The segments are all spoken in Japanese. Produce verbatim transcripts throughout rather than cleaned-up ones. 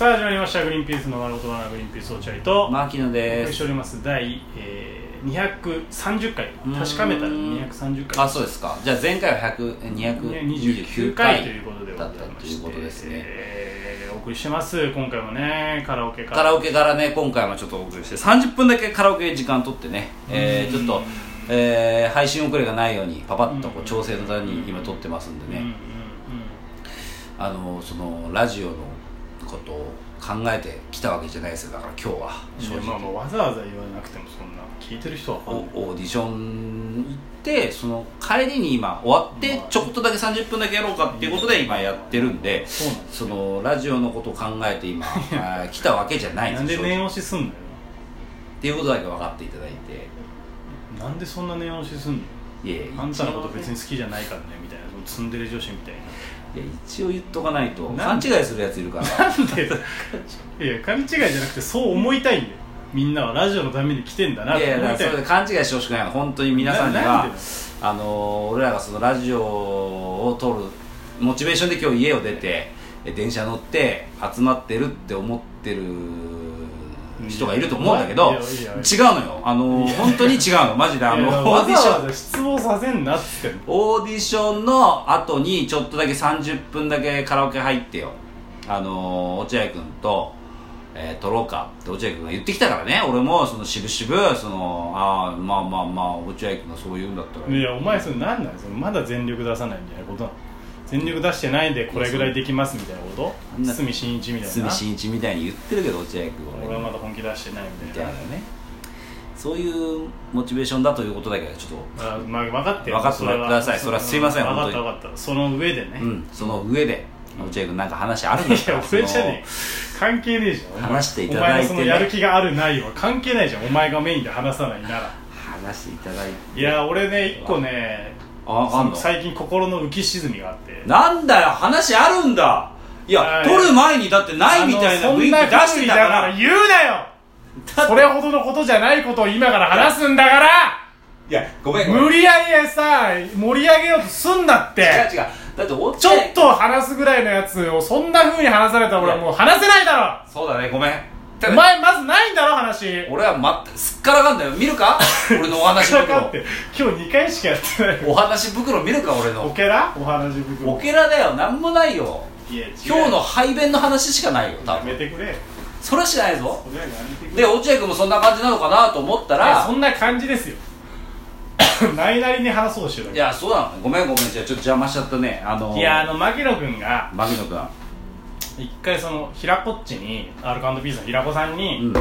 さあ始まりました。グリーンピースの丸ごとバナナグリーンピース落合と牧野です。 お送りしております第、えー、にひゃくさんじゅっかい、確かめたらにひゃくさんじゅっかい。 あ、そうですか。じゃあ前回はにひゃくにじゅうきゅうかいということでございまして、 だったということですね、 えー、お送りしてます。今回もねカラオケからカラオケからね今回もちょっとお送りしてさんじゅっぷんだけカラオケ時間取ってね、えー、ちょっと、えー、配信遅れがないようにパパッとこう調整のために今撮ってますんでね、うんうんうん、あのそのラジオのことを考えてきたわけじゃないですよ。だから今日は正直、まあ、まあわざわざ言わなくてもそんな聞いてる人はオーディション行ってその帰りに今終わってちょっとだけさんじゅっぷんだけやろうかっていうことで今やってるんで、そうなんですよ。そのラジオのことを考えて今来たわけじゃないんですよ。 なんで念押しすんのよっていうことだけ分かっていただいて。 なんでそんな念押しすんの。いやいやあんたのこと別に好きじゃないからねみたいな、そのツンデレ女子みたいな。 いや一応言っとかないと勘違いするやついるからなんでいや勘違いじゃなくてそう思いたいんだよ。みんなはラジオのために来てんだなって思いたい。いやいやそれで勘違いしてほしくないの。本当に皆さんにはあの俺らがそのラジオを撮るモチベーションで今日家を出て電車乗って集まってるって思ってる人がいると思うんだけど、違うのよ。あの本当に違うのマジで。あのオーディション失望させんなって言ってんの。 オーディションの後にちょっとだけさんじゅっぷんだけカラオケ入ってよ、あの落合君と、えー、撮ろうかって落合君が言ってきたからね。俺もその渋々そのああまあまあまあ落合君がそう言うんだったら、 いやお前それ何なんそのまだ全力出さないみたいなことなの。全力出してないんでこれぐらいできますみたいなこと。堤真一みたいな。 堤真一みたいに言ってるけど落合君は俺はまだ本気出してないみたいな、みたいなね。 そういうモチベーションだということだけはちょっとあ、まあ、分かってよ。 分かってください。それはすいません。 分かった分かった。その上でね、 うん、その上で落合君なんか話あるんですか。 いや俺じゃねえ関係ねえじゃん。 話していただいて、ね、 お前のそのやる気があるないは関係ないじゃん。お前がメインで話さないなら話していただいて。 いや俺ね一個ねああんの最近心の浮き沈みがあって。 なんだよ話あるんだ。いや撮る前にだってないみたいな雰囲気出してたから。 言うなよ。それほどのことじゃないことを今から話すんだから。 いやごめんごめん、 無理やりさ盛り上げようとすんだって。 違う違うだっておちょっと話すぐらいのやつをそんな風に話されたら俺はもう話せないだろ。 そうだねごめん。 お前まずないんだろ話。 俺はますっからかんだよ。見るか俺のお話袋って今日にかいしかやってない。 お話袋見るか俺の。 オケラお話袋。 オケラだよ。なんもないよ。 いや今日の排便の話しかないよ多分。 やめてくれ。 それはしないぞ。で落合君もそんな感じなのかなと思ったら、 そんな感じですよないなりに話そうとしてる。 いやそうなの。ごめんごめん。じゃあちょっと邪魔しちゃったね。あのー、 いやあの牧野君が牧野君一回その平子っちにアルコ&ピースの平子さんに、うん、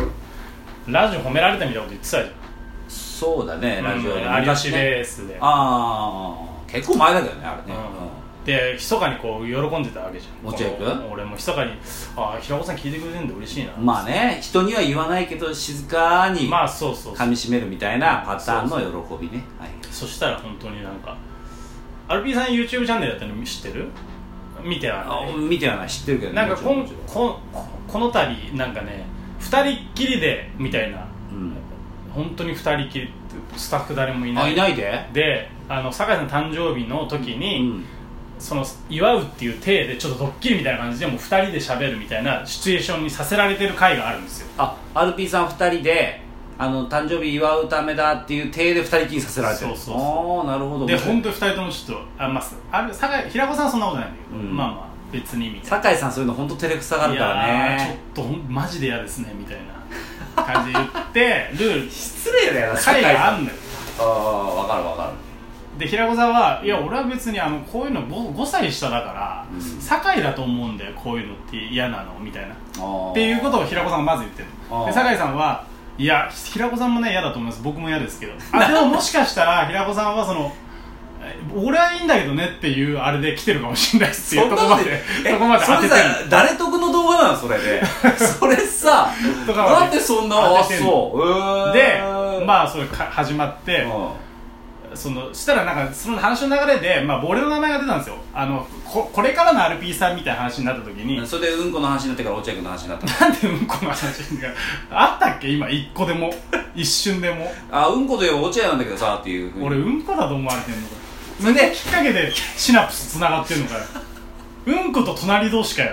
ラジオ褒められたみたいなこと言ってたじゃん。 そうだね、ラジオで、 うん、有吉ベースで。 ああ結構前だけどねあれね、 うんうん、で密かにこう喜んでたわけじゃん落合君。 俺も密かにあ平子さん聞いてくれてるんで嬉しいな。 まあね人には言わないけど静かにまあそうそう噛み締めるみたいなパターンの喜びね。はい、 そしたら本当になんかアルピーさん YouTube チャンネルやってるの知ってる？見てはない。 見てはない。知ってるけど、ね、 なんかこんここの度なんかねふたりっきりでみたいな、うん、本当にふたりっきりスタッフ誰もいない。 あいないでであの酒井さん誕生日の時に、うん、その祝うっていう体でちょっとドッキリみたいな感じでもうふたりで喋るみたいなシチュエーションにさせられてる回があるんですよ。 あ アールピー さんふたりであの誕生日祝うためだっていう体でふたりきりさせられてる。そうそうそう。ああなるほど。 で本当にふたりともちょっとあ、まあ、ある酒井平子さんはそんなことないんだけど、うん、まあまあ別にみたいな。 酒井さんそういうの本当照れくさがるからね。 いやちょっとマジで嫌ですねみたいな感じで言ってルール失礼だよな回があんのよ。 ああ分かる分かる。 で平子さんはいや俺は別にあのこういうの 5, ごさい下だから、うん、酒井だと思うんだよこういうのって嫌なのみたいなっていうことを平子さんがまず言ってる。で酒井さんはいや平子さんもね嫌だと思います僕も嫌ですけどあでももしかしたら平子さんはその俺はいいんだけどねっていうあれで来てるかもしれないっすっていうとこまでそこまで当ててる。 それさ誰得の動画なのそれでそれさなんでそんな当ててんのでまあそれか始まって、うん、そのしたらなんかその話の流れで、まあ、俺の名前が出たんですよ。あの こ, これからの アールピー さんみたいな話になった時にそれでうんこの話になってから落合君の話になったの。 なんでうんこの話があったっけ今一個でも一瞬でもあうんこといえば落合なんだけどさっていう俺うんこだと思われてんのかそれできっかけでシナプスつながってんのかようんこと隣同士かよ。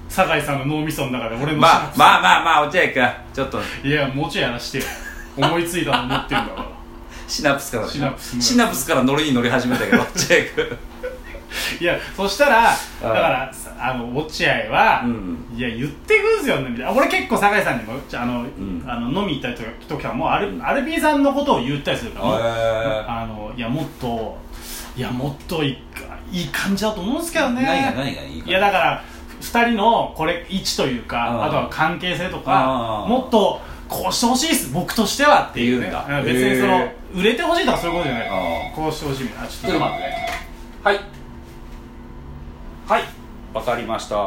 酒井さんの脳みその中で俺のまあまあまあまあ落合君ちょっといやもうちょいやらしてよ思いついたの持ってるんだからシナプスからシナプスシナプスから乗りに乗り始めたけど落合君いやそしたらだからあの落合は、うん、いや言ってくんすよねみたいな俺結構酒井さんにもあの、うん、あの飲み行ったりとかもうアル、うん、アルピーさんのことを言ったりするから、あのいやもっといやもっといいいい感じだと思うんですけどね何が何がいいかいやだからふたりのこれ位置というか あ, あとは関係性とかもっとこうしてほしいっす僕としてはっていう、ね、 言うんだ別にその売れてほしいとかそういうことじゃないこうしてほしいみたいなちょっと待ってねはいはいわかりました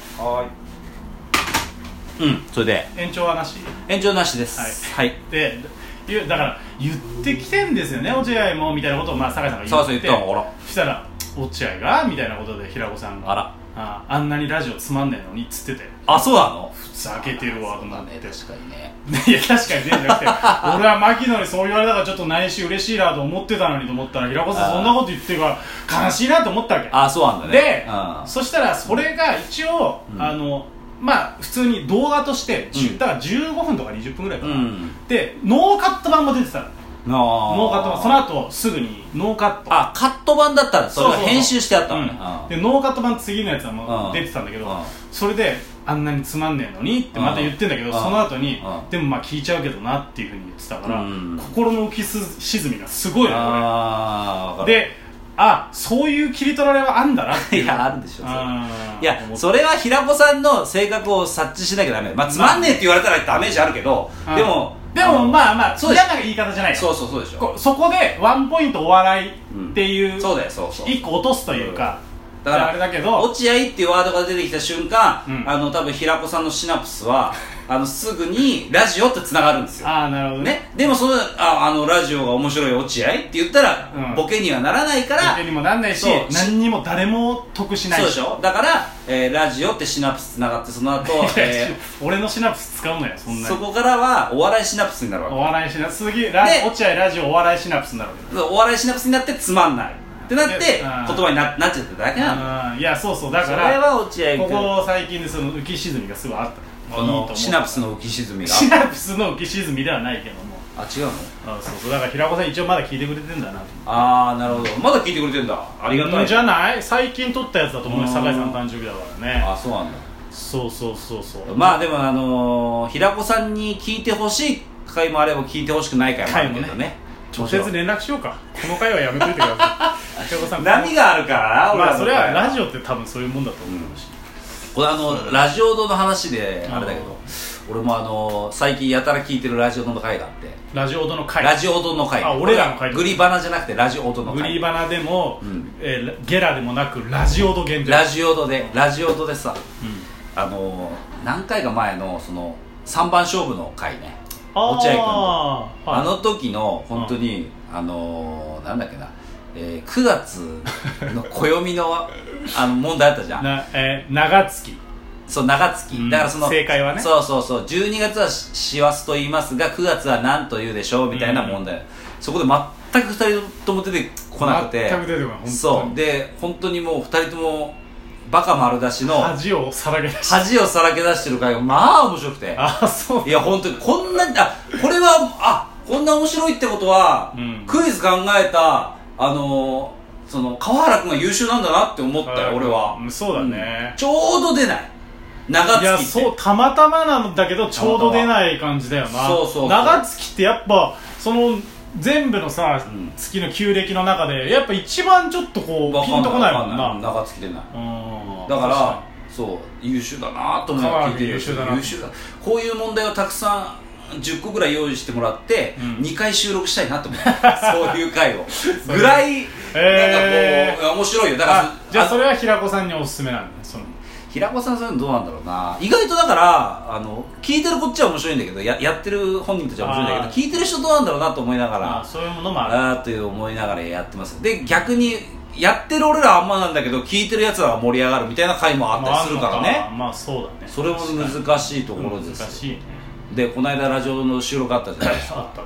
はいうんそれで延長はなし延長なしですはい、はい、 でだから言ってきてんですよね落合もみたいなことをまあ酒井さんが言ってそうそう言ったのほらそしたら落合がみたいなことで平子さんがあらあ, あんなにラジオつまんねえのにっつっててあそうなのふざけてるわと思って、 ね、確かにねいや確かにねじゃなくて俺は牧野にそう言われたからちょっと内心嬉しいなと思ってたのにと思ったら平子さんそんなこと言ってるから悲しいなと思ったわけあそうなんだねでそしたらそれが一応、うん、あのまあ普通に動画として、うん、だからじゅうごふんとかにじゅっぷんぐらいかな、うん、でノーカット版も出てたのノーカット版その後すぐにノーカットあカット版だったらそれが編集してあったのねでノーカット版次のやつはもう出てたんだけどそれであんなにつまんねえのにってまた言ってんだけどその後にでもまあ聞いちゃうけどなっていうふうに言ってたから心の浮き沈みがすごいのこれであそういう切り取られはあんだなっていういやあるでしょいやそれは平子さんの性格を察知しなきゃダメまあつまんねえって言われたらダメージあるけどでもでもまあまあ嫌な言い方じゃないそうそうそうでしょこそこでワンポイントお笑いっていう、 うん、そうだよそうそう一個落とすというか、 うん、だからあれだけど落合っていうワードが出てきた瞬間、うん、あの多分平子さんのシナプスはあのすぐにラジオってつながるんですよああなるほど ね, ねでもその あ, あのラジオが面白い落合って言ったら、うん、ボケにはならないからボケにもならないし何にも誰も得しないしそうでしょだから、えー、ラジオってシナプスつながってその後、 えー、俺のシナプス使うのよそんなにそこからはお笑いシナプスになるわけお笑いシナプス次ラ落合ラジオお笑いシナプスになるわけお笑いシナプスになってつまんないってなって言葉に な, なっちゃっただけなのいやそうそうだからそれは落合ここ最近でその浮き沈みがすごいあったあのシナプスの浮き沈みがシナプスの浮き沈みではないけどもあ違うのあそうそうだから平子さん一応まだ聞いてくれてんだなとああなるほどまだ聞いてくれてんだありがたいじゃない最近撮ったやつだと思うよ酒井さんの誕生日だからねあそうなんだそうそうそうそうまあでもあのー、平子さんに聞いてほしい回もあれば聞いてほしくない回もあるけどね直接連絡しようかこの回はやめといてください平子さん波があるからなまあそれはラジオって多分そういうもんだと思うし、 うん、これあのラジオ堂の話であれだけど俺もあの最近やたら聞いてるラジオの回があってラジオ堂の回ラジオ堂の回あ俺らの回グリバナじゃなくてラジオ堂の回グリバナでも、うんえー、ゲラでもなくラジオ堂限定ラジオ堂でラジオ堂でさ、うん、あの何回か前のそのさんばん勝負の回ね落合君と あ,、はい、あの時の本当にあのなんだっけな、えー、くがつの暦のあの問題あったじゃんな、えー、長月そう長月、うん、だからその正解はねそうそうそうじゅうにがつは師走と言いますがくがつは何と言うでしょうみたいな問題、うん、そこで全くふたりとも出てこなくて全く出てこないそうで本当にもうふたりともバカ丸出しの恥をさらけ出して恥をさらけ出してる回がまあ面白くてあそういや本当にこんなあこれはあこんな面白いってことは、うん、クイズ考えたあのー、その川原君が優秀なんだなって思ったよ、はい、俺は、 うん、そうだね、 うん、ちょうど出ない長月っていやそうたまたまなんだけどちょうど出ない感じだよなそうそうそう長月ってやっぱその全部のさ、うん、月の旧暦の中でやっぱ一番ちょっとこうピンとこないもんな長月出ないだからそう優秀だなと思って聞いてる優秀だな優秀だこういう問題をたくさんじゅっこぐらい用意してもらって、うん、にかい収録したいなと思ってそういう回をぐらいなんかこう、えー、面白いよだからじゃあそれは平子さんにおすすめなんだねその平子さんそういうのどうなんだろうな意外とだからあの聞いてるこっちは面白いんだけど や, やってる本人たちは面白いんだけど聞いてる人どうなんだろうなと思いながらあそういうものもあるあーって思いながらやってますで逆にやってる俺らはあんまなんだけど聞いてるやつらが盛り上がるみたいな回もあったりするからねまあそうだねそれも難しいところです難しいねでこの間ラジオの収録あったじゃないですか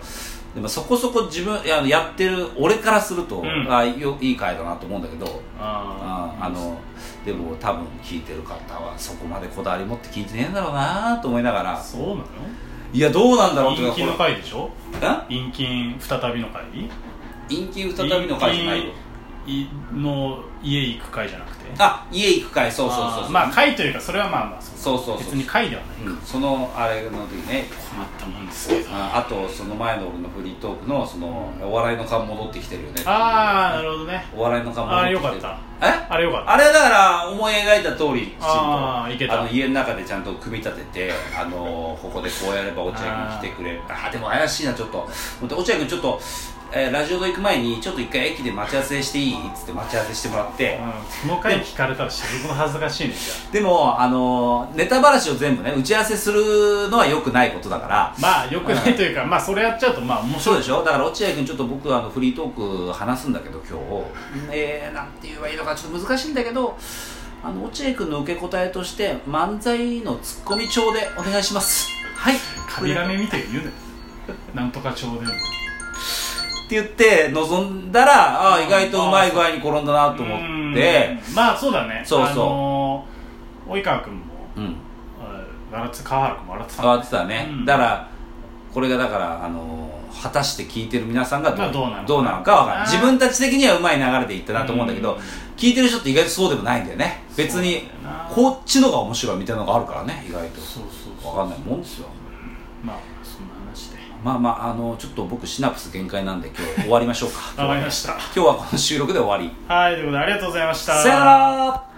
でもそこそこ自分ややってる俺からすると、うん、あよいい回だなと思うんだけど、あああのでも多分聞いてる方はそこまでこだわり持って聞いてねえんだろうなと思いながら。 そうなの？ いやどうなんだろうって。 陰菌の回でしょ？ え？ 陰菌再びの回？ 陰菌再びの回じゃないよ。 の家行く会じゃなくて、 あ、家行く会、そうそうそうそう、 まあ会というかそれはまあまあそうそうそう、 別に会ではないか、 うん、そのあれの時ね、 困ったもんですけど、 あ, あとその前の俺のフリートークのそのお笑いの勘戻ってきてるよね。 ああなるほどね、 お笑いの勘戻ってきてる。 あれよかった。 えあれよかった。 あれだから思い描いた通りきちんとあいけた。 あの家の中でちゃんと組み立てて、あのここでこうやれば落合君来てくれる。ああでも怪しいなちょっと。落合君ちょっと。えー、ラジオと行く前にちょっと一回駅で待ち合わせしていいっつって待ち合わせしてもらって、 うん、その回聞かれたら自分も恥ずかしいね。じゃあでも、あのー、ネタばらしを全部ね打ち合わせするのは良くないことだから、 まあ良くないというか、うん、まあそれやっちゃうとまあ面白い。 そうでしょ。だから落合君ちょっと僕あのフリートーク話すんだけど今日、えー、なんて言えばいいのかちょっと難しいんだけど、あの落合君の受け答えとして漫才のツッコミ帳でお願いします。はい、 カビラメ見て言うねなんとか帳でって言って臨んだら、ああ意外とうまい具合に転んだなと思って、 まあそうだね。 そうそう、あのー、及川君も、うん、笑って川原君も笑ってた、ね、 笑ってたね、うん、だからこれがだからあのー、果たして聞いてる皆さんがどう、まあ、どうなのかどうなのかわからない。自分たち的にはうまい流れでいったなと思うんだけど、うん、聞いてる人って意外とそうでもないんだよね。別にこっちのが面白いみたいなのがあるからね、意外と。そうそうそう、分かんないもんですよ。 まあそんな話で、 まあまあ、あのちょっと僕シナプス限界なんで今日終わりましょうか。 わかりました。 今日はこの収録で終わり。 はい、ということでありがとうございました。 さよなら。